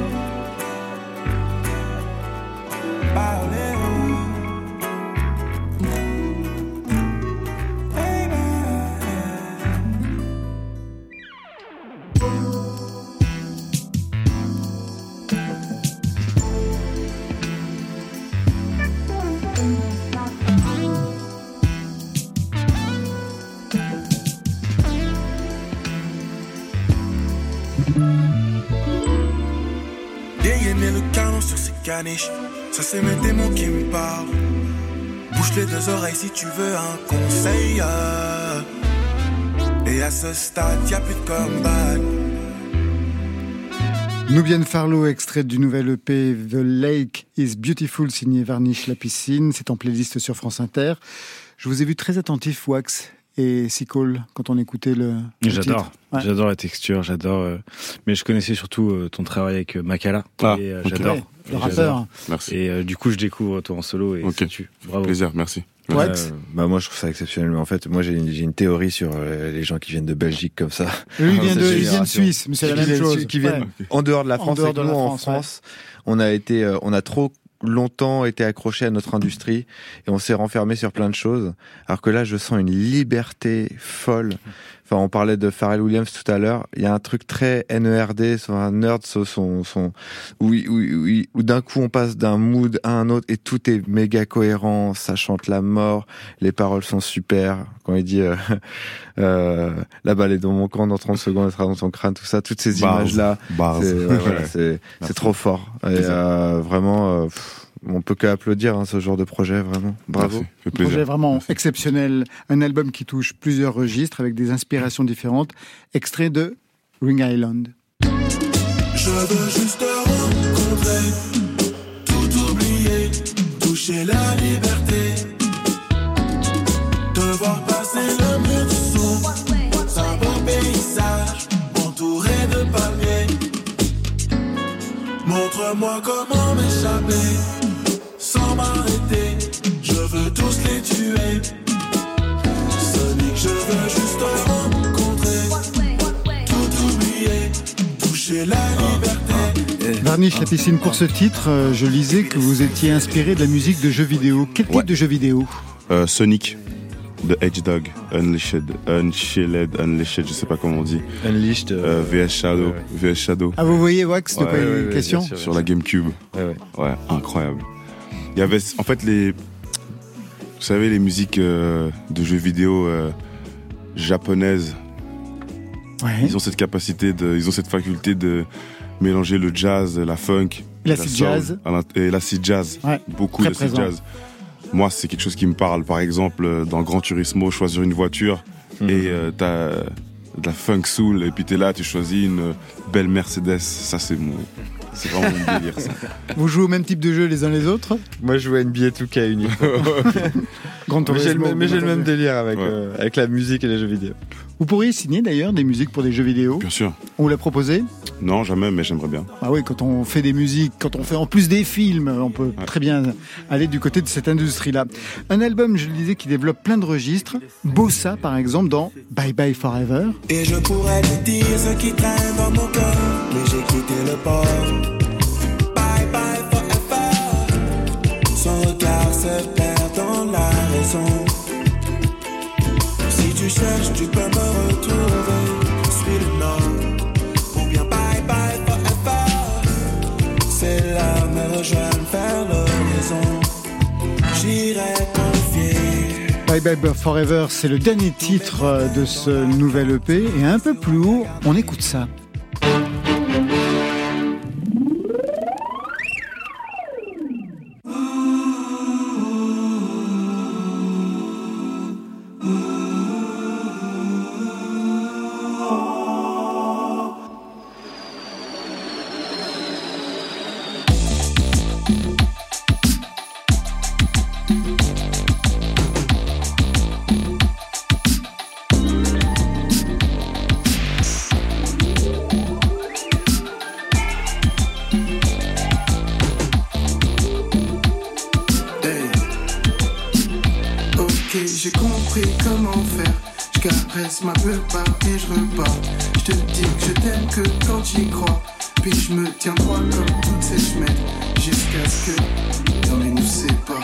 Parlez-vous. Dégainer le canon sur ces caniches. Ça c'est mes démons qui me parlent. Bouche les deux oreilles si tu veux un conseil. Et à ce stade y'a plus de comeback. Nubian Farlow, extrait du nouvel EP The Lake is Beautiful, signé Varnish La Piscine. C'est en playlist sur France Inter. Je vous ai vu très attentif, Wax et Seacole, quand on écoutait le J'adore. titre. Ouais. J'adore la texture, j'adore. Mais je connaissais surtout ton travail avec Makala. Et okay. j'adore. Ouais, le rappeur. Merci. Et du coup, je découvre toi en solo et ça tue. Bravo. Plaisir, merci. Ouais. Moi, je trouve ça exceptionnel. Mais en fait, moi, j'ai une théorie sur les gens qui viennent de Belgique comme ça. Lui, il vient de Suisse, mais c'est la même chose. Qui viennent en dehors de la France. Et nous, en France, on a trop longtemps été accroché à notre industrie et on s'est renfermé sur plein de choses. Alors que là, je sens une liberté folle. Enfin, on parlait de Pharrell Williams tout à l'heure. Il y a un truc très NERD, un nerd, où où d'un coup on passe d'un mood à un autre et tout est méga cohérent, ça chante la mort, les paroles sont super. Quand il dit la balle est dans mon camp, dans 30 secondes elle sera dans ton crâne, tout ça, toutes ces images-là, c'est trop fort. Et vraiment, on peut qu'applaudir ce genre de projet, vraiment. Bravo. Un projet vraiment exceptionnel, un album qui touche plusieurs registres avec des inspirations différentes. Extrait de Ring Island. Je veux juste te rencontrer, tout oublier, toucher la liberté, te voir passer le mur du son, un beau paysage, entouré de palmiers. Montre-moi comment m'échapper, sans m'arrêter, je veux tous les tuer. Sonic, je veux juste te rencontrer, tout oublier, toucher la liberté. Varnish la piscine, pour ce titre, je lisais que vous étiez inspiré de la musique de jeux vidéo. Quel type de jeux vidéo? Sonic, The Hedgehog, Unleashed, je sais pas comment on dit. Unleashed. VS Shadow, VS Shadow. Ah, vous voyez, Wax, de quoi il est question? Sur la GameCube. Ouais, incroyable. Il y avait, en fait, vous savez, les musiques de jeux vidéo japonaises. Ouais. Ils ont cette capacité ils ont cette faculté de mélanger le jazz, la funk, l'acid jazz et l'acid jazz. Ouais, beaucoup d'acid jazz. Moi, c'est quelque chose qui me parle. Par exemple, dans Gran Turismo, choisir une voiture et t'as de la funk soul et puis t'es là, tu choisis une belle Mercedes. Ça, c'est vraiment mon délire, ça. Vous jouez au même type de jeu les uns les autres? Moi, je joue à NBA 2K uniquement. Mais j'ai le même délire avec la musique et les jeux vidéo. Vous pourriez signer d'ailleurs des musiques pour des jeux vidéo? Bien sûr. On vous l'a proposé? Non, jamais, mais j'aimerais bien. Ah oui, quand on fait des musiques, quand on fait en plus des films, on peut très bien aller du côté de cette industrie-là. Un album, je le disais, qui développe plein de registres. Bossa, par exemple, dans Bye Bye Forever. Et je pourrais te dire ce qui traîne dans mon cœur, mais j'ai quitté le port. Bye bye forever. Son regard se perd dans la raison. Si tu cherches, tu peux me retrouver. Je suis le nord, ou bien bye bye forever. C'est là me rejoindre vers l'horizon. J'irai confier. Bye Bye Forever, c'est le dernier titre de ce nouvel EP. Et un peu plus haut, on écoute ça. J'ai compris comment faire. Je caresse ma peur et je repars. Je te dis que je t'aime que quand j'y crois. Puis je me tiens droit comme toutes ces chemins. Jusqu'à ce que l'on nous sépare.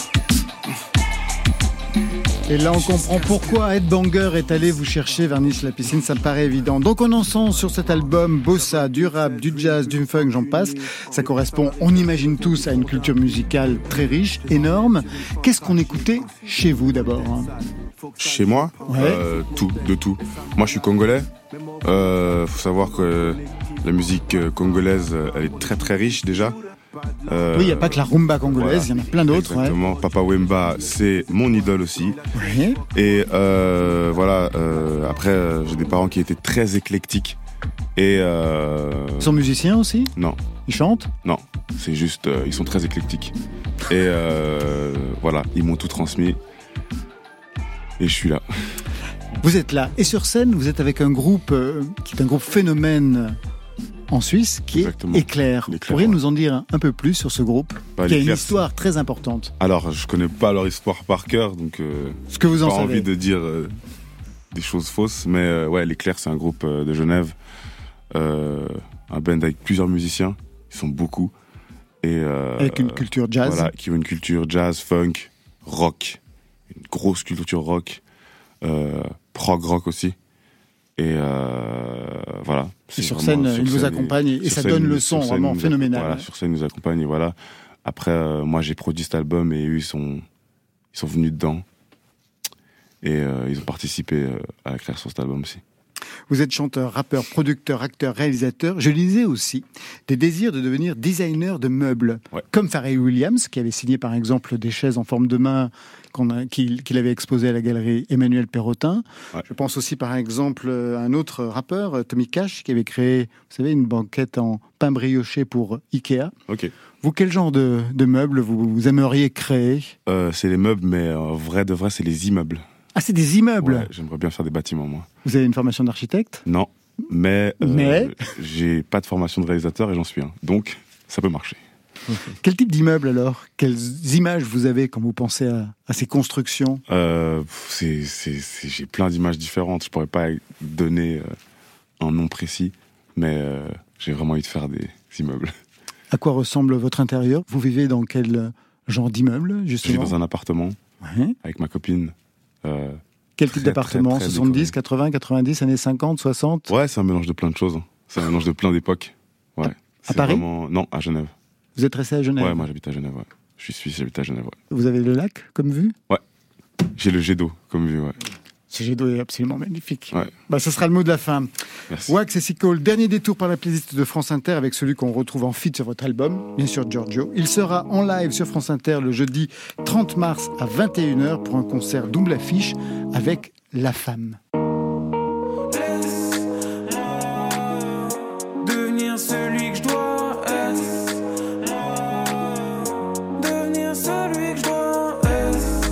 Et là, on comprend pourquoi Headbanger est allé vous chercher, Varnish la piscine, ça me paraît évident. Donc on en sent sur cet album bossa, du rap, du jazz, du funk, j'en passe. Ça correspond, on imagine tous, à une culture musicale très riche, énorme. Qu'est-ce qu'on écoutait chez vous d'abord? Chez moi, tout, de tout. Moi, je suis congolais. Faut savoir que la musique congolaise, elle est très très riche déjà. Oui, il n'y a pas que la rumba congolaise, il y en a plein d'autres. Exactement. Ouais. Papa Wemba, c'est mon idole aussi. Oui. Et après, j'ai des parents qui étaient très éclectiques. Et ils sont musiciens aussi? Non. Ils chantent? Non, c'est juste, ils sont très éclectiques. Et voilà, ils m'ont tout transmis. Et je suis là. Vous êtes là. Et sur scène, vous êtes avec un groupe qui est un groupe phénomène en Suisse, qui Exactement. est Éclair. Vous pourriez nous en dire un peu plus sur ce groupe, qui a une histoire très importante? Alors, je connais pas leur histoire par cœur, donc ce que vous en savez. Pas envie de dire des choses fausses, mais ouais, l'Éclair, c'est un groupe de Genève, un band avec plusieurs musiciens, ils sont beaucoup, et avec une culture jazz. Voilà, qui ont une culture jazz, funk, rock, une grosse culture rock, prog rock aussi. Et voilà. Et sur scène, il vous accompagne et ça donne le son vraiment phénoménal. Voilà, sur scène, il nous accompagne et voilà. Après, moi, j'ai produit cet album et eux, ils sont venus dedans. Et ils ont participé à la création de cet album aussi. Vous êtes chanteur, rappeur, producteur, acteur, réalisateur. Je lisais aussi des désirs de devenir designer de meubles, comme Pharrell Williams, qui avait signé par exemple des chaises en forme de main qu'il avait exposées à la galerie Emmanuel Perrotin. Ouais. Je pense aussi par exemple à un autre rappeur, Tommy Cash, qui avait créé, vous savez, une banquette en pain brioché pour Ikea. Ok. Vous, quel genre de meubles vous aimeriez créer ? C'est les meubles, mais vrai de vrai, c'est les immeubles. Ah, c'est des immeubles. Ouais, j'aimerais bien faire des bâtiments, moi. Vous avez une formation d'architecte ? Non, mais j'ai pas de formation de réalisateur et j'en suis un. Donc, ça peut marcher. Okay. Quel type d'immeuble alors ? Quelles images vous avez quand vous pensez à ces constructions ? J'ai plein d'images différentes. Je pourrais pas donner un nom précis, mais j'ai vraiment envie de faire des immeubles. À quoi ressemble votre intérieur ? Vous vivez dans quel genre d'immeuble, justement ? Je vis dans un appartement avec ma copine. Quel type d'appartement ? 70, 80, 90, années 50, 60 ? Ouais, c'est un mélange de plein de choses. C'est un mélange de plein d'époques. Ouais. À Paris ? Non, à Genève. Vous êtes resté à Genève ? Ouais, moi j'habite à Genève, ouais. Je suis suisse, j'habite à Genève, ouais. Vous avez le lac comme vue ? Ouais. J'ai le jet d'eau comme vue, ouais. Ce jet d'eau est absolument magnifique. Ouais. Ce sera le mot de la fin. Merci. Wax et Sicko, dernier détour par la playlist de France Inter avec celui qu'on retrouve en feat sur votre album, bien sûr Giorgio. Il sera en live sur France Inter le jeudi 30 mars à 21h pour un concert double affiche avec La Femme. Devenir celui que je dois être. Devenir celui que je dois être.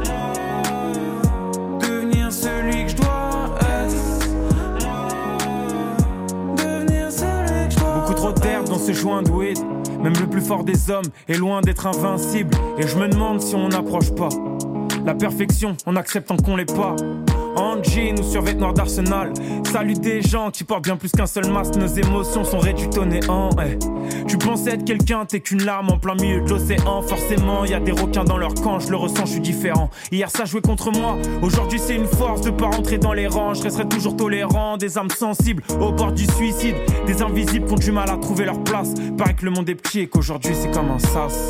Devenir celui que je dois être. Devenir celui que je dois. Beaucoup trop d'herbe dans ce joint de weed. Même le plus fort des hommes est loin d'être invincible. Et je me demande si on n'approche pas la perfection en acceptant qu'on l'est pas. En jean ou sur vêtements d'Arsenal. Salut des gens qui portent bien plus qu'un seul masque. Nos émotions sont réduites au néant. Tu pensais être quelqu'un, t'es qu'une larme en plein milieu de l'océan. Forcément, y a des requins dans leur camp. Je le ressens, je suis différent. Hier ça jouait contre moi. Aujourd'hui c'est une force de pas rentrer dans les rangs. Je resterai toujours tolérant. Des âmes sensibles au bord du suicide. Des invisibles qui ont du mal à trouver leur place. Paraît que le monde est petit et qu'aujourd'hui c'est comme un sas.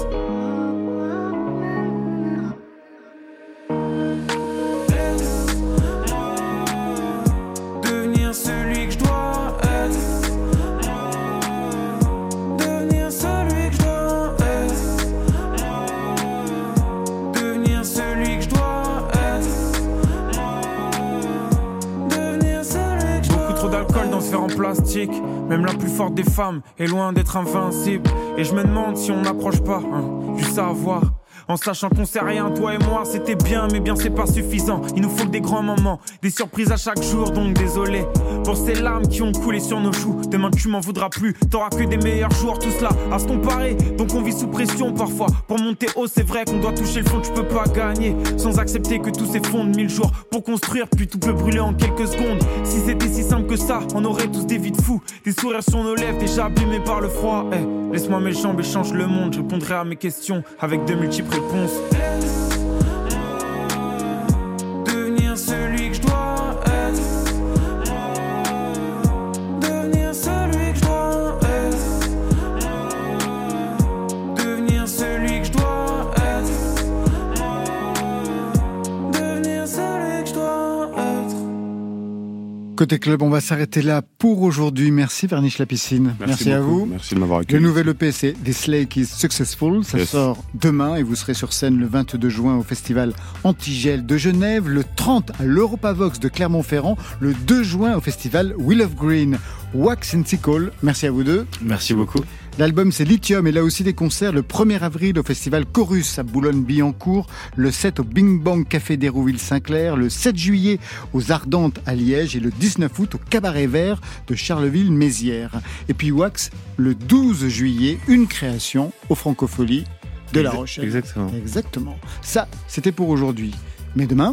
Même la plus forte des femmes est loin d'être invincible. Et je me demande si on n'approche pas du savoir. En sachant qu'on sait rien, toi et moi c'était bien, mais bien c'est pas suffisant. Il nous faut que des grands moments, des surprises à chaque jour. Donc désolé pour ces larmes qui ont coulé sur nos joues. Demain tu m'en voudras plus, t'auras que des meilleurs jours. Tout cela à se comparer, donc on vit sous pression parfois. Pour monter haut c'est vrai qu'on doit toucher le fond. Tu peux pas gagner sans accepter que tout s'effondre. 1000 jours pour construire, puis tout peut brûler en quelques secondes. Si c'était si simple que ça, on aurait tous des vies de fous. Des sourires sur nos lèvres déjà abîmés par le froid. Laisse-moi mes jambes et change le monde. Je répondrai à mes questions avec de multiples réponses. Devenir celui que je dois être. Devenir celui que je dois être. Devenir celui que je dois être. Devenir celui que je dois être. Côté club, on va s'arrêter là pour aujourd'hui. Merci Verniche la piscine. Merci à vous. Merci de m'avoir accueilli. Le nouvel EP, c'est This Lake is Successful. Ça sort demain et vous serez sur scène le 22 juin au festival Antigel de Genève, le 30 à l'Europavox de Clermont-Ferrand, le 2 juin au festival Wheel of Green. Wax and Sicko, merci à vous deux. Merci beaucoup. L'album c'est Lithium et là aussi des concerts le 1er avril au festival Chorus à Boulogne-Billancourt, le 7 au Bing Bang Café d'Hérouville-Saint-Clair, le 7 juillet aux Ardentes à Liège et le 19 août au Cabaret Vert de Charleville-Mézières. Et puis Wax, le 12 juillet, une création aux Francopholies de La Rochelle. Exactement. Ça, c'était pour aujourd'hui. Mais demain...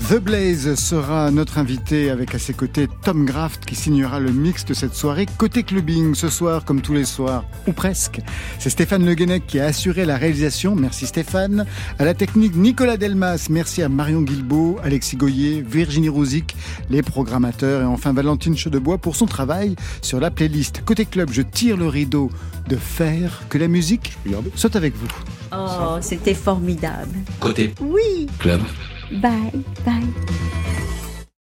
The Blaze sera notre invité avec à ses côtés Tom Graft qui signera le mix de cette soirée côté clubbing ce soir comme tous les soirs, ou presque. C'est Stéphane Le Guenec qui a assuré la réalisation, merci Stéphane. À la technique Nicolas Delmas, merci à Marion Guilbault, Alexis Goyer, Virginie Rouzic, les programmateurs et enfin Valentine Chedebois pour son travail sur la playlist. Côté club, je tire le rideau de faire que la musique soit avec vous. Oh, c'était formidable. Côté Oui. club. Bye, bye.